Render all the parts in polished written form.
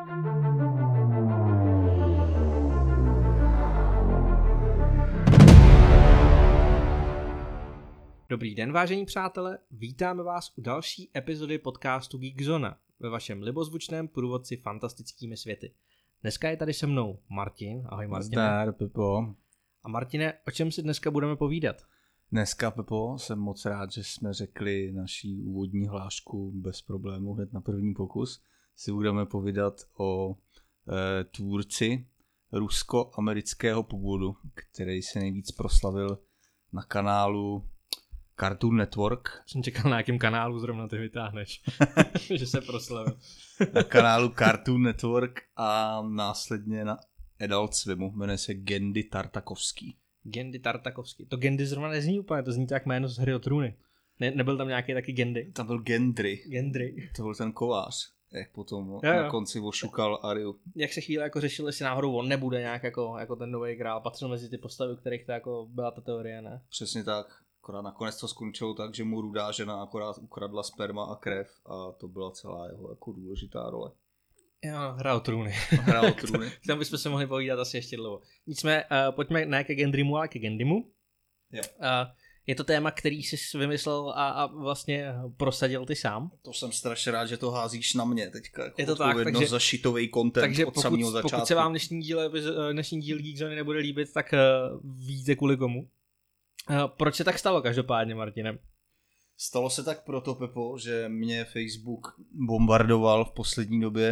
Dobrý den, vážení přátelé, vítáme vás u další epizody podcastu Geekzona ve vašem libozvučném průvodci fantastickými světy. Dneska je tady se mnou Martin. Ahoj Martine. Zdar, Pepo. A Martine, o čem si dneska budeme povídat? Dneska, Pepo, jsem moc rád, že jsme řekli naší úvodní hlášku bez problémů hned na první pokus. Si budeme povídat o tvůrci rusko-amerického původu, který se nejvíc proslavil na kanálu Cartoon Network. Jsem čekal, na jakém kanálu zrovna ty vytáhneš, že se proslavil. Na kanálu Cartoon Network a následně na Adult Swimu. Jmenuje se Gendy Tartakovský. Gendy Tartakovský. To Gendy zrovna nezní úplně, to zní tak jméno z Hry o trůny. Nebyl tam nějaký taky Gendy? Tam byl Gendry. Gendry. To byl ten kovář, jak potom jo. na konci ošukal Ariu. Jak se chvíli jako řešil, jestli náhodou on nebude nějak jako ten nový král, patřil mezi ty postavy, kterých to jako byla ta teorie, ne? Přesně tak. Akorát nakonec to skončilo tak, že mu rudá žena akorát ukradla sperma a krev a to byla celá jeho jako důležitá role. Jo, Hra o trůny. Hra o trůny. Tam bychom se mohli povídat asi ještě dlouho. Nicméně, pojďme ne ke Gendrymu, ale ke Gendymu. Jo. Je to téma, který jsi vymyslel a vlastně prosadil ty sám. To jsem strašně rád, že to házíš na mě teďka. Jako je to tak, takže, za šitový content takže od samého začátku. pokud se vám dnešní díl Geekzony nebude líbit, tak víte kvůli komu. Proč se tak stalo každopádně, Martine? Stalo se tak proto, Pepo, že mě Facebook bombardoval v poslední době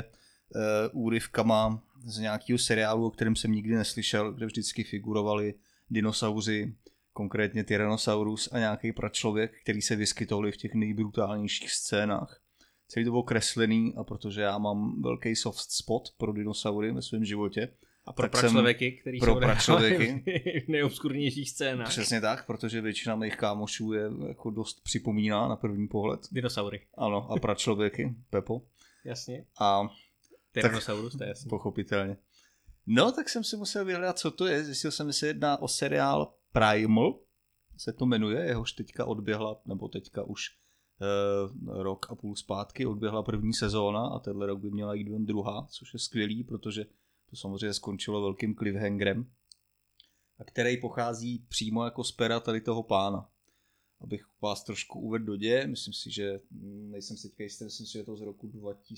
úryvkama z nějakého seriálu, o kterém jsem nikdy neslyšel, kde vždycky figurovali dinosauři, konkrétně Tyrannosaurus a nějaký pračlověk, který se vyskytovali v těch nejbrutálnějších scénách. Celý to bylo kreslený a protože já mám velký soft spot pro dinosaury ve svém životě. A pro pračlověky, který jsou v nejobskurnějších scénách. Přesně tak, protože většina mých kámošů je jako dost připomíná na první pohled. Dinosaury. Ano, a pračlověky, Pepo. Jasně. A Tyrannosaurus, to je jasně. Pochopitelně. No, tak jsem si musel vyhledat, co to je. Zjistil jsem, že se jedná o seriál Primal, se to jmenuje, jehož teďka odběhla, nebo teďka už rok a půl zpátky odběhla první sezóna a tenhle rok by měla jít ven druhá, což je skvělý, protože to samozřejmě skončilo velkým cliffhangerem, a který pochází přímo jako z pera tady toho pána. Abych vás trošku uvedl do děje, myslím si, že nejsem si teďka jistý, myslím si, že je to z roku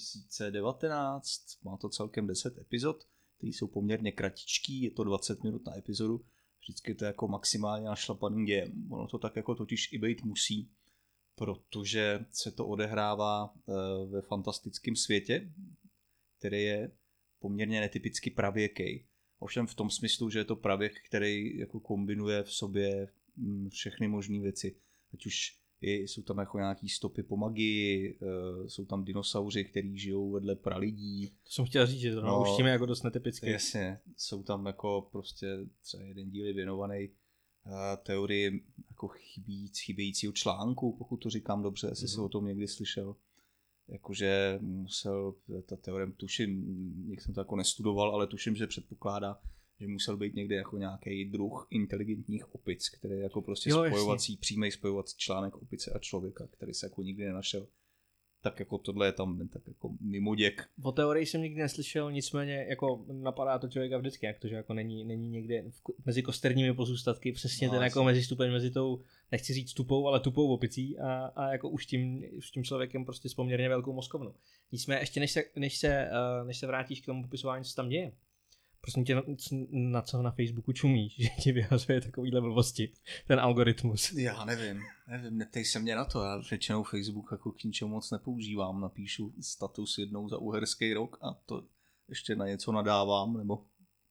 2019, má to celkem 10 epizod, které jsou poměrně kratičký, je to 20 minut na epizodu, vždycky to je jako maximálně našlapaným dějem. Ono to tak jako totiž i být musí, protože se to odehrává ve fantastickém světě, který je poměrně netypicky pravěkej. Ovšem v tom smyslu, že je to pravěk, který jako kombinuje v sobě všechny možné věci. Ať už jsou tam jako nějaký stopy po magii, jsou tam dinosauři, kteří žijou vedle pralidí. To jsem chtěl říct, že to už tím je jako dost netypické. Jasně, jsou tam jako prostě třeba jeden díl je věnovaný teorii jako chybějícího článku, pokud to říkám dobře, jestli jsi o tom někdy slyšel. Jakože musel, ta teorie tuším, jak jsem to jako nestudoval, ale tuším, že předpokládá, že musel být někde jako nějaký druh inteligentních opic, který je jako prostě přímý spojovací článek opice a člověka, který se jako nikdy nenašel. Tak jako tohle je tam tak jako mimoděk. O teorii jsem nikdy neslyšel, nicméně jako napadá to člověka vždycky, jak to, že jako není někde mezi kosterními pozůstatky přesně ten jako mezistupeň mezi tou, nechci říct tupou, ale tupou opicí a jako už tím člověkem prostě s poměrně velkou mozkovnou. Nicméně ještě než se vrátíš k tomu popisování, co tam děje. Prosím tě, na co na Facebooku čumíš, že ti vyhazuje takovýhle blbosti, ten algoritmus. Já nevím, neptej se mě na to, já většinou Facebook jako k ničemu moc nepoužívám, napíšu status jednou za uherský rok a to ještě na něco nadávám, nebo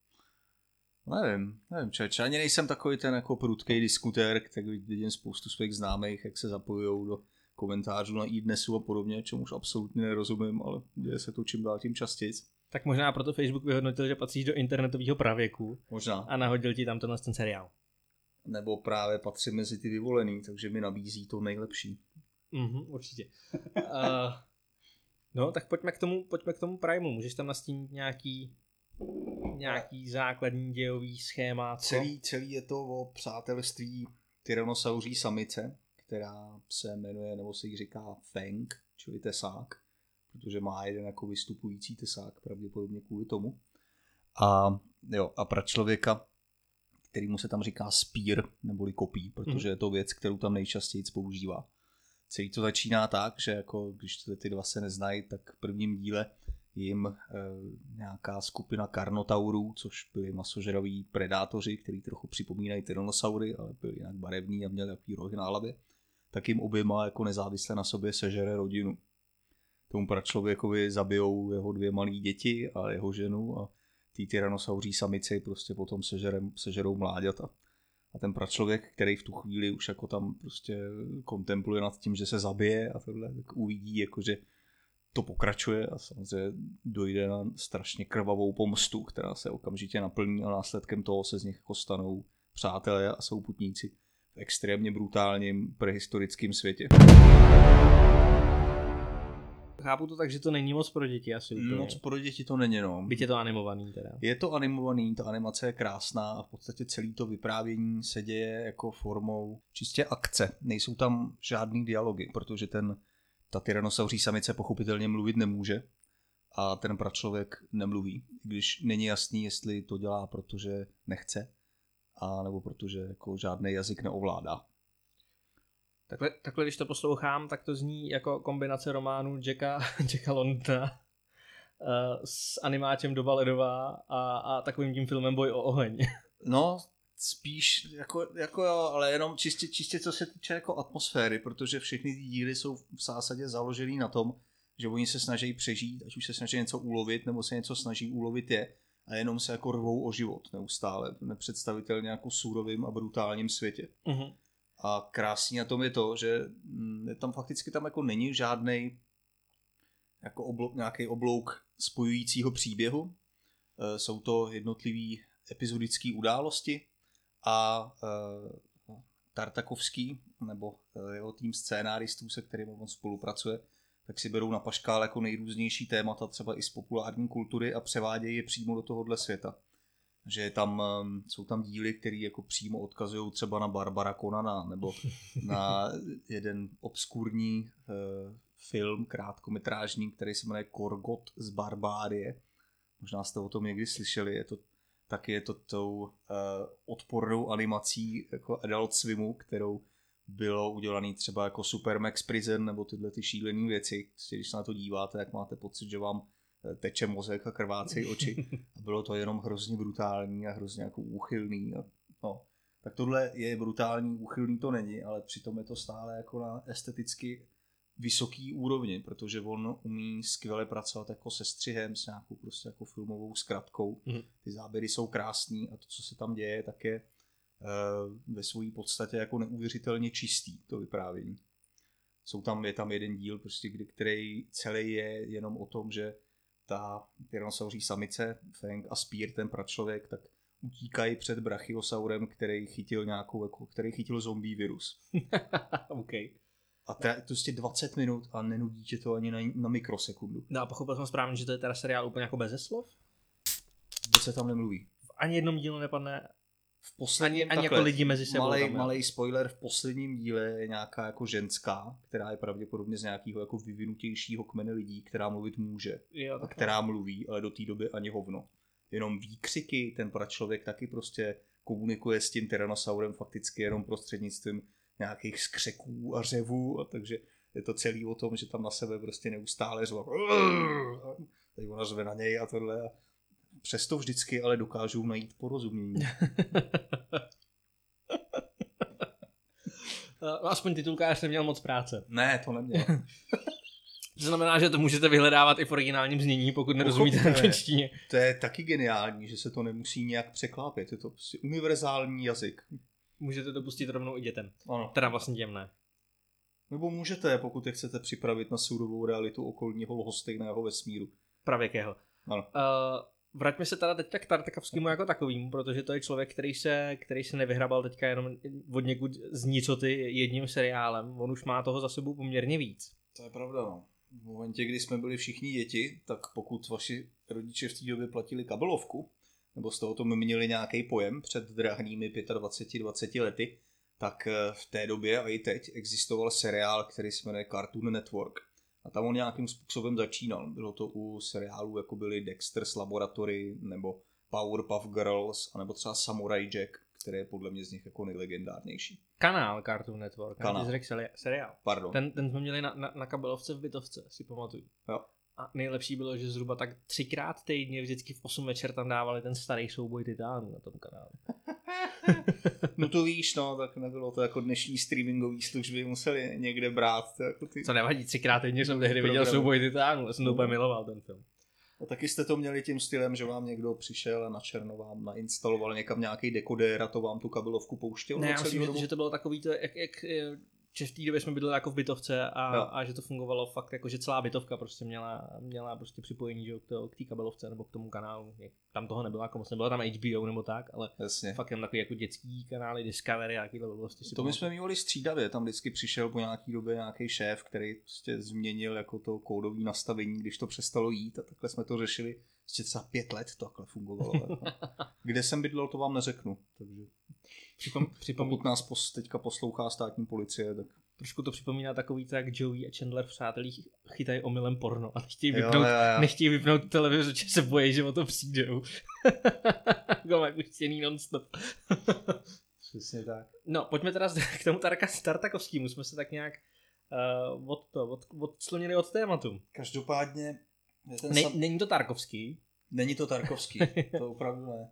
nevím, člověče, ani nejsem takový ten jako prudkej diskutér, který vidím spoustu svých známých, jak se zapojujou do komentářů na iDnesu a podobně, čemuž absolutně nerozumím, ale děje se to čím dál tím častěji. Tak možná proto Facebook vyhodnotil, že patříš do internetového pravěku. Možná. A nahodil ti tam ten seriál. Nebo právě patří mezi ty vyvolený, takže mi nabízí to nejlepší. Určitě. No, tak pojďme k tomu Primu. Můžeš tam nastínit nějaký základní dějový schéma? Celý je to o přátelství tyrannosauří samice, která se jmenuje, nebo se jí říká Fang, čili tesák. protože má jeden jako vystupující tesák, pravděpodobně kvůli tomu. A pračlověka, kterýmu se tam říká spear, neboli kopí, protože je to věc, kterou tam nejčastěji používá. Celý to začíná tak, že jako, když ty dva se neznají, tak v prvním díle jim nějaká skupina karnotaurů, což byli masožraví predátoři, kteří trochu připomínají tyrannosaury, ale byli jinak barevní a měli takový rohy na hlavě, tak jim oběma jako nezávisle na sobě sežere rodinu. Tomu pračlověkovi zabijou jeho 2 malí děti a jeho ženu a ty tyrannosauří samici prostě potom sežerou mláďata. A ten pračlověk, který v tu chvíli už jako tam prostě kontempluje nad tím, že se zabije a tohle, tak uvidí, jako že to pokračuje a samozřejmě dojde na strašně krvavou pomstu, která se okamžitě naplní a následkem toho se z nich jako stanou přátelé a souputníci v extrémně brutálním prehistorickém světě. Chápu to tak, že to není moc pro děti asi úplně. Moc pro děti to není, no. Byť je to animovaný teda. Je to animovaný, ta animace je krásná a v podstatě celý to vyprávění se děje jako formou čistě akce. Nejsou tam žádný dialogy, protože ta tyrannosauří samice pochopitelně mluvit nemůže a ten pračlověk nemluví. Když není jasný, jestli to dělá, protože nechce, a nebo protože jako žádný jazyk neovládá. Takhle, když to poslouchám, tak to zní jako kombinace románů Jacka Londona s animáčem Doba ledová a takovým tím filmem Boj o oheň. No, spíš jako jo, ale jenom čistě co se týče jako atmosféry, protože všechny ty díly jsou v zásadě založený na tom, že oni se snaží přežít, ať už se snaží něco ulovit, nebo se něco snaží ulovit a jenom se jako rvou o život neustále, nepředstavitelně jako surovým a brutálním světě. Uh-huh. A krásný na tom je to, že tam fakticky tam jako není žádnej jako nějaký oblouk spojujícího příběhu. Jsou to jednotlivý epizodické události a Tartakovský nebo jeho tým scénáristů, se kterým on spolupracuje, tak si berou na paškál jako nejrůznější témata, třeba i z populární kultury a převádějí je přímo do tohohle světa. Že jsou tam díly, které jako přímo odkazují třeba na Barbara Conana nebo na jeden obskurní film krátkometrážní, který se jmenuje Korgot z Barbárie. Možná jste o tom někdy slyšeli, je to tou odpornou animací jako Adult Swimu, kterou bylo udělaný třeba jako Super Max Prison nebo tyhle ty šílené věci. Když se na to díváte, tak máte pocit, že vám teče mozek a krvácejí oči. A bylo to jenom hrozně brutální a hrozně jako úchylný. No. Tak tohle je brutální, úchylný to není, ale přitom je to stále jako na esteticky vysoký úrovni, protože on umí skvěle pracovat jako se střihem, s nějakou prostě jako filmovou zkratkou. Ty záběry jsou krásný a to, co se tam děje, tak je ve své podstatě jako neuvěřitelně čistý, to vyprávění. Je tam jeden díl, prostě, který celý je jenom o tom, že ta tyrannosauří samice, Fang a Spear, ten pračlověk, tak utíkají před brachiosaurem, který chytil zombie virus. Okay. A to je prostě 20 minut a nenudí tě to ani na mikrosekundu. No a pochopil jsem správně, že to je teda seriál úplně jako beze slov? Vůbec se tam nemluví. V ani jednom dílu nepadne v posledním ani jako lidi mezi sebou. Malej spoiler, v posledním díle je nějaká jako ženská, která je pravděpodobně z nějakého jako vyvinutějšího kmene lidí, která mluvit může. Jo, a která mluví, ale do té doby ani hovno. Jenom výkřiky, ten pračlověk taky prostě komunikuje s tím tyrannosaurem fakticky jenom prostřednictvím nějakých skřeků a řevů, a takže je to celý o tom, že tam na sebe prostě neustále řve. Tady ona řve na něj a tohle. A přesto vždycky ale dokážou najít porozumění. No, aspoň titulkář neměl moc práce. Ne, to neměl. To znamená, že to můžete vyhledávat i v originálním znění, pokud nerozumíte angličtině. To je taky geniální, že se to nemusí nějak překlápět. Je to prostě univerzální jazyk. Můžete to pustit rovnou i dětem. Ano. Teda vlastně těm ne. Nebo můžete, pokud je chcete připravit na surovou realitu okolního lhostejného vesmíru. Pravěkého. Ano. Vraťme se teda teďka k Tartakovskému jako takovým, protože to je člověk, který se nevyhrabal teďka jenom od někud z nicoty jedním seriálem. On už má toho za sebou poměrně víc. To je pravda, no. V momentě, kdy jsme byli všichni děti, tak pokud vaši rodiče v té době platili kabelovku, nebo jste o tom měli nějaký pojem před drahnými 25-20 lety, tak v té době a i teď existoval seriál, který se jmenuje Cartoon Network. A tam on nějakým způsobem začínal. Bylo to u seriálů, jako byly Dexter's Laboratory, nebo Powerpuff Girls, anebo třeba Samurai Jack, který je podle mě z nich jako nejlegendárnější. Kanál Cartoon Network. Kanál. Seriál. Pardon. Ten jsme měli na kabelovce v bytovce, si pamatuju. Jo. A nejlepší bylo, že zhruba tak 3x týdně vždycky v 8 večer tam dávali ten starý souboj titánů na tom kanálu. No to víš, no, tak nebylo to jako dnešní streamingový služby, museli někde brát. Jako ty... Co nevadí, 3x týdně jsem tehdy viděl souboj titánů, já jsem to úplně miloval ten film. A taky jste to měli tím stylem, že vám někdo přišel a na černo vám nainstaloval někam nějaký dekodér a to vám tu kabelovku pouštěl? Ne, já myslím, že to bylo takový to, že v té době jsme bydleli jako v bytovce a že to fungovalo fakt jako, že celá bytovka prostě měla prostě připojení, že, k té kabelovce nebo k tomu kanálu. Tam toho nebylo, jako moc nebylo tam HBO nebo tak, ale jasně. Fakt jen takový jako dětský kanály, Discovery a takovýhle blbosti. To my jsme měli střídavě, tam vždycky přišel po nějaký době nějaký šéf, který prostě změnil jako to kódové nastavení, když to přestalo jít a takhle jsme to řešili. Prostě třeba 5 let to takhle fungovalo. Kde jsem bydlel, to vám neřeknu. Takže pokud nás teďka poslouchá státní policie, tak... Trošku to připomíná takový to, jak Joey a Chandler v Přátelích chytají omylem porno a nechtějí vypnout televizi, že se bojí, že o to přijdou. Jak uchtěný non-stop. Přesně tak. No, pojďme teda k tomu Tartakovskému. Jsme se tak nějak odslonili od tématu. Každopádně... Není to Tarkovský. Není to Tarkovský, to opravdu ne.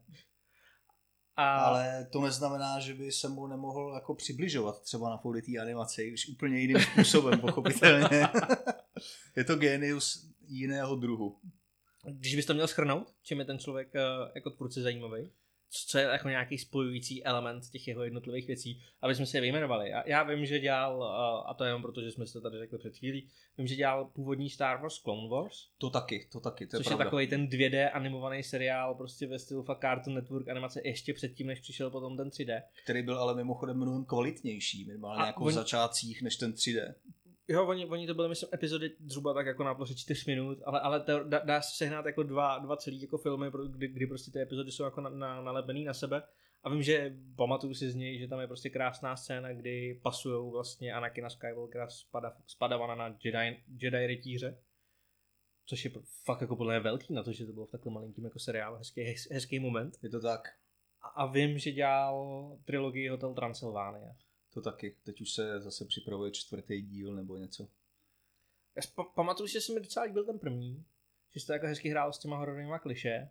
Ale to neznamená, že by se mu nemohl jako přibližovat třeba na poli té animace, když úplně jiným způsobem, pochopitelně. Je to génius jiného druhu. Když bys to měl shrnout, čím je ten člověk jako tvůrce zajímavý? Co je jako nějaký spojující element těch jeho jednotlivých věcí, aby jsme si je vyjmenovali. Já vím, že dělal, a to jenom proto, že jsme se to tady řekli před chvílí, vím, že dělal původní Star Wars Clone Wars. To taky, to je což pravda. Je takovej ten 2D animovaný seriál prostě ve stylu fakt Cartoon Network animace ještě předtím, než přišel potom ten 3D. Který byl ale mimochodem mnohem kvalitnější, minimálně jako v začátcích než ten 3D. Jo, oni to byly, myslím, epizody zhruba tak jako na ploše 4 minut, ale to dá se sehnat jako dva celý jako filmy, kdy prostě ty epizody jsou jako nalepený na sebe. A vím, že pamatuju si z něj, že tam je prostě krásná scéna, kdy pasujou vlastně Anakina Skywalkera z Padavana na Jedi rytíře. Což je fakt jako podle mě velký na to, že to bylo v takhle malinkým jako seriálu, hezký moment. Je to tak. A vím, že dělal trilogii Hotel Transylvania. To taky. Teď už se zase připravuje 4. díl nebo něco. Já pamatuju, že se mi docela líbil ten první. Že jsi to jako hezky hrál s těma hororovýma klišé.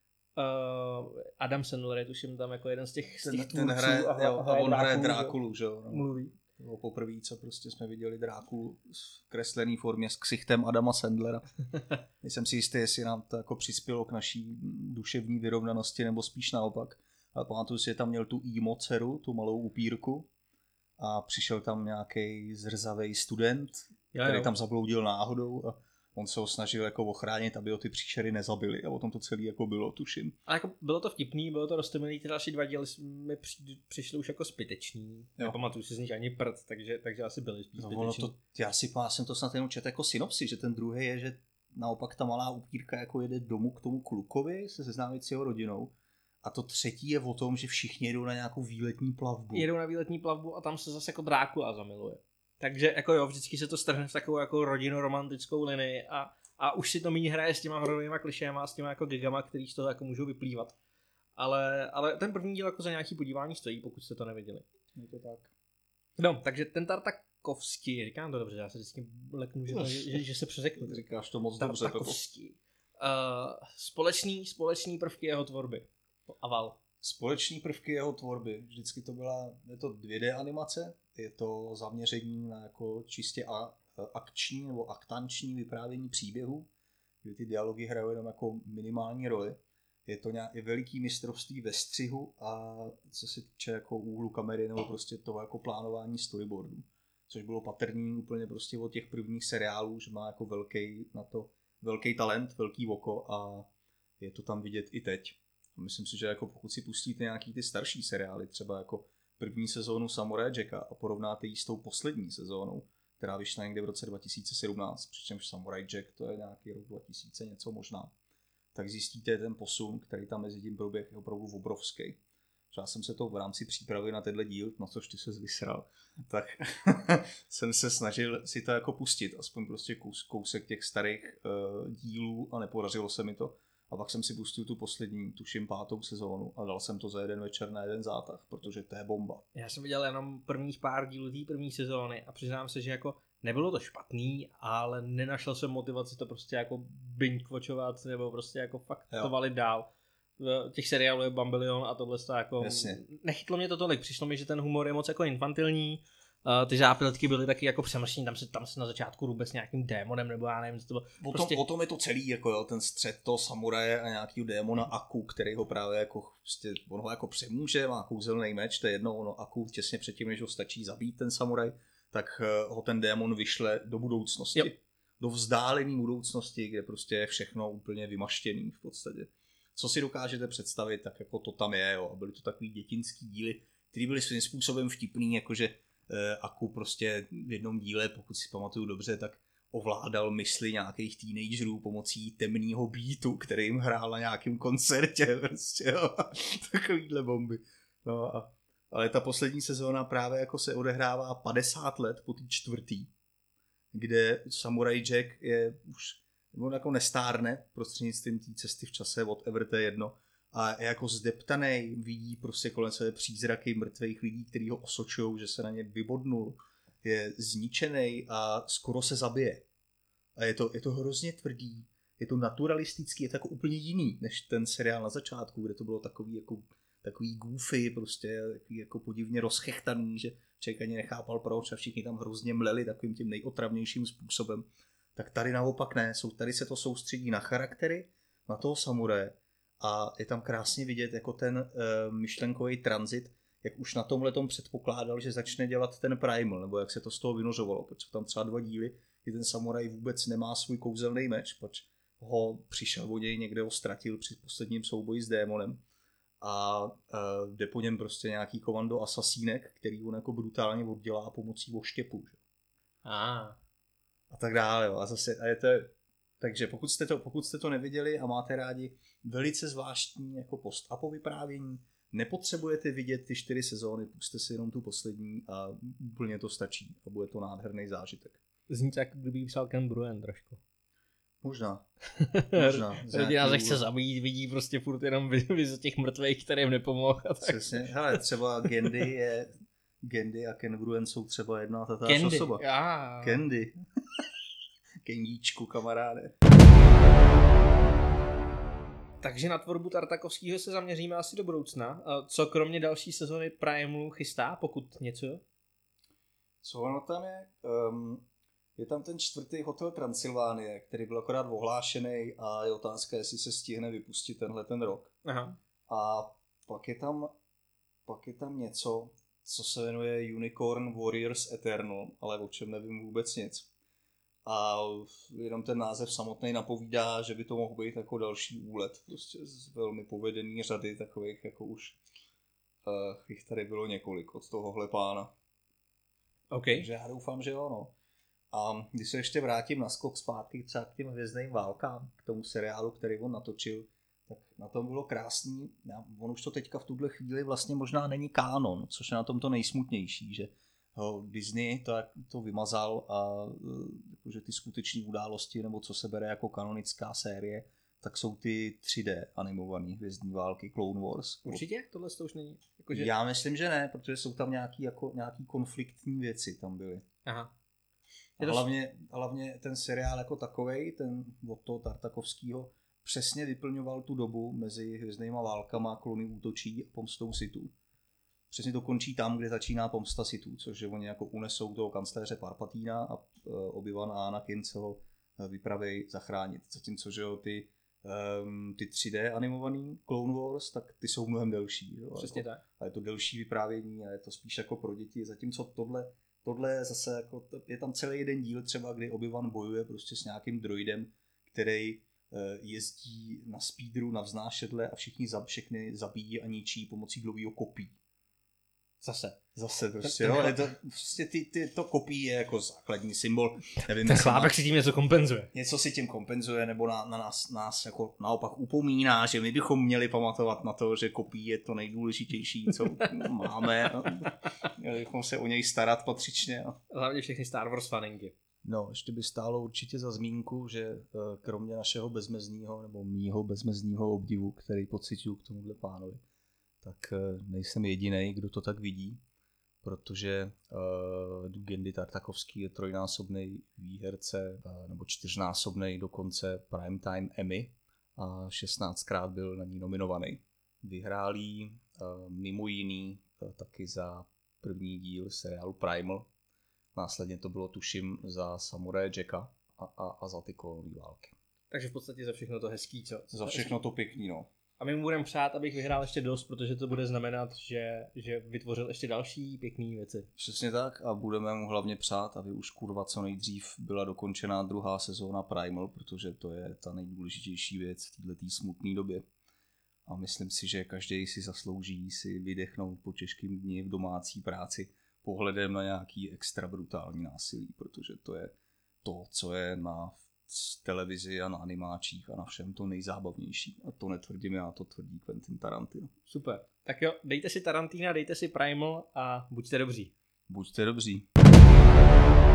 Adam Sandler je tuším tam jako jeden z těch tvůrců. A on hraje Drákulu, že jo. Mluví. Poprvé, co prostě jsme viděli Drákulu v kreslený formě s ksichtem Adama Sandlera. Nejsem si jistý, jestli nám to jako přispělo k naší duševní vyrovnanosti, nebo spíš naopak. Ale pamatuju si, že tam měl tu emo dceru, tu malou upírku. A přišel tam nějaký zrzavej student, který tam zabloudil náhodou a on se ho snažil jako ochránit, aby ho ty příšery nezabili a o tom to celé jako bylo, tuším. A jako bylo to vtipný, bylo to roztomilý, ty další 2 díly mi přišly už jako zbytečný. Nepamatuju si z nich ani prd, takže asi byly spíš zbytečný. Já jsem to snad jenom četl jako synopsi, že ten druhý je, že naopak ta malá upírka jako jede domů k tomu klukovi se seznámit s jeho rodinou. A to 3. je o tom, že všichni jedou na nějakou výletní plavbu. Jedou na výletní plavbu a tam se zase jako Drákula zamiluje. Takže jako jo, vždycky se to strhne v takovou jako rodinoromantickou linii a už si to méně hraje s těma hororovýma klišéma a s těma jako gigama, který z toho jako můžou vyplývat. Ale ten první díl jako za nějaký podívání stojí, pokud jste to neviděli. Je to tak. No, takže ten Tartakovský, říkám to dobře, já se vždycky leknu, že se přeřeknu. Říkáš to moc dobře. Tartakovský. Společný prvky jeho tvorby. Aval. Společní prvky jeho tvorby. Vždycky je to 2D animace, je to zaměření na jako čistě akční nebo aktanční vyprávění příběhu, kdy ty dialogy hrajou jenom jako minimální roli. Je to je veliký mistrovství ve střihu a co se týče jako úhlu kamery nebo prostě toho jako plánování storyboardu. Což bylo patrný úplně prostě od těch prvních seriálů, že má jako velký talent, velký oko a je to tam vidět i teď. Myslím si, že jako pokud si pustíte nějaký ty starší seriály, třeba jako první sezónu Samurai Jacka a porovnáte ji s tou poslední sezónou, která vyšla někde v roce 2017, přičemž Samurai Jack to je nějaký rok 2000 něco možná, tak zjistíte ten posun, který tam mezi tím proběh je opravdu obrovský. já jsem se to v rámci přípravy na tenhle díl, na což ty se vysral, tak jsem se snažil si to jako pustit, aspoň prostě kousek těch starých dílů a nepodařilo se mi to. A pak jsem si pustil tu poslední, tuším 5. sezónu a dal jsem to za jeden večer na jeden zátah, protože to je bomba. Já jsem viděl jenom prvních pár dílů té první sezóny a přiznám se, že jako nebylo to špatný, ale nenašel jsem motivaci to prostě jako binge-watchovat nebo prostě jako fakt to valit dál. Těch seriálů je bambilion a tohle to jako nechytlo mě to tolik, přišlo mi, že ten humor je moc jako infantilní. Ty zápletky byly taky jako přemrštění, tam se na začátku rube s nějakým démonem, nebo já nevím, co to bylo. Prostě... O tom je to celý, jako jo, ten střet toho samuraje a nějakýho démona Aku, který ho právě jako, prostě, on ho jako přemůže, má kouzelný meč, to je jedno, ono Aku těsně předtím, než ho stačí zabít ten samuraj, tak ho ten démon vyšle do budoucnosti. Jo. Do vzdálené budoucnosti, kde prostě je všechno úplně vymaštěný v podstatě. Co si dokážete představit, tak jako to tam je, jo. A byly to takový dětinský díly, které byly svým způsobem vtipný, jakože Aku prostě v jednom díle, pokud si pamatuju dobře, tak ovládal mysli nějakých teenagerů pomocí temného beatu, který jim hrál na nějakém koncertě, prostě, jo. Takovýhle bomby. No ale ta poslední sezóna právě jako se odehrává 50 let po té 4., kde Samurai Jack je už, on jako nestárne prostřednictvím té cesty v čase, whatever to je jedno, a je jako zdeptanej, vidí prostě kolem sebe přízraky mrtvých lidí, kteří ho osočují, že se na ně vybodnul, je zničený a skoro se zabije. A je to hrozně tvrdý, je to naturalistický, je to jako úplně jiný, než ten seriál na začátku, kde to bylo takový goofy, prostě takový jako podivně rozchechtaný, že člověk ani nechápal proč a všichni tam hrozně mleli takovým tím nejotravnějším způsobem. Tak tady naopak ne, tady se to soustředí na charaktery, na toho samuraje, a je tam krásně vidět jako ten myšlenkový tranzit, jak už na tomhletom předpokládal, že začne dělat ten primal, nebo jak se to z toho vynořovalo, protože tam třeba 2 díly, kdy ten samuraj vůbec nemá svůj kouzelný meč, protože ho přišel od něj, někde ho ztratil při posledním souboji s démonem a jde po něm prostě nějaký komando asasínek, který on jako brutálně oddělá pomocí oštěpu. Že? A tak dále. Jo. A je to... Takže pokud jste to neviděli a máte rádi velice zvláštní jako post-apo vyprávění, nepotřebujete vidět ty 4 sezóny, pusťte si jenom tu poslední a úplně to stačí a bude to nádherný zážitek. Zní tak, kdyby psal Ken Bruen trošku. Možná. Rodina se chce zabít, vidí prostě furt jenom viz těch mrtvých, kterým nepomohl. Přesně, hele, třeba Gendy a Ken Bruen jsou třeba jedna tatáž osoba. Candy. Kendíčku, kamaráde. Takže na tvorbu Tartakovského se zaměříme asi do budoucna. Co kromě další sezony Primalu chystá, pokud něco? Co ono tam je? Je tam ten 4. Hotel Transylvánie, který byl akorát ohlášený a je otázka, jestli se stihne vypustit ten rok. Aha. A pak je tam něco, co se jmenuje Unicorn Warriors Eternal, ale o čem nevím vůbec nic. A jenom ten název samotný napovídá, že by to mohl být jako další úlet, prostě z velmi povedený řady takových, jako už jich tady bylo několik od tohohle pána. Okay. Takže já doufám, že jo, no. A když se ještě vrátím na skok zpátky třeba k těm Hvězdným válkám, k tomu seriálu, který on natočil, tak na tom bylo krásný. On už to teďka v tuhle chvíli vlastně možná není kánon, což je na tom to nejsmutnější, že Disney to vymazal a že ty skutečné události, nebo co se bere jako kanonická série, tak jsou ty 3D animované Hvězdní války, Clone Wars. Určitě? Tohle to už není? Jakože... Já myslím, že ne, protože jsou tam nějaký konfliktní věci tam byly. Aha. Hlavně ten seriál jako takovej, ten od toho Tartakovského, přesně vyplňoval tu dobu mezi Hvězdnýma válkama, Klony útočí a pomstou Sithů. Přesně to končí tam, kde začíná pomsta Sithů, což že oni jako unesou toho kancléře Palpatina a Obi-Wan a Anakin se ho vypraví zachránit. Zatímco, že jo, ty 3D animovaný Clone Wars, tak ty jsou mnohem delší. Jo? Přesně jako, tak. A je to delší vyprávění a je to spíš jako pro děti, zatímco tohle zase jako, je tam celý jeden díl třeba, kdy Obi-Wan bojuje prostě s nějakým droidem, který jezdí na speedru, na vznášedle a všechny zabíjí a ničí pomocí dlouhého kopí. Zase prostě, jo, je to prostě to kopí je jako základní symbol. Nevím, ten chlápek si tím něco kompenzuje. Něco si tím kompenzuje, nebo na nás jako naopak upomíná, že my bychom měli pamatovat na to, že kopí je to nejdůležitější, co máme. Měli bychom se o něj starat patřičně. Hlavně všechny Star Wars faninky. No, ještě by stálo určitě za zmínku, že kromě našeho bezmezného nebo mýho bezmezného obdivu, který pociťuju k tomuhle pánovi, tak nejsem jedinej, kdo to tak vidí, protože Genndy Tartakovský je trojnásobný výherce nebo čtyřnásobný dokonce Primetime Emmy a 16krát byl na ní nominovaný. Vyhrál jí mimo jiný taky za první díl seriálu Primal. Následně to bylo tuším za Samuraje Jacka a za ty kolonové války. Takže v podstatě za všechno to hezký, co? Za všechno to pěkný, no. A my mu budeme přát, abych vyhrál ještě dost, protože to bude znamenat, že vytvořil ještě další pěkné věci. Přesně tak a budeme mu hlavně přát, aby už kurva co nejdřív byla dokončená druhá sezóna Primal, protože to je ta nejdůležitější věc v této smutné době. A myslím si, že každý si zaslouží si vydechnout po těžkým dni v domácí práci pohledem na nějaký extra brutální násilí, protože to je to, co je na televizi a na animáčích a na všem to nejzábavnější. A to netvrdím já, to tvrdí Quentin Tarantino. Super. Tak jo, dejte si Tarantina, dejte si Primal a buďte dobří. Buďte dobří.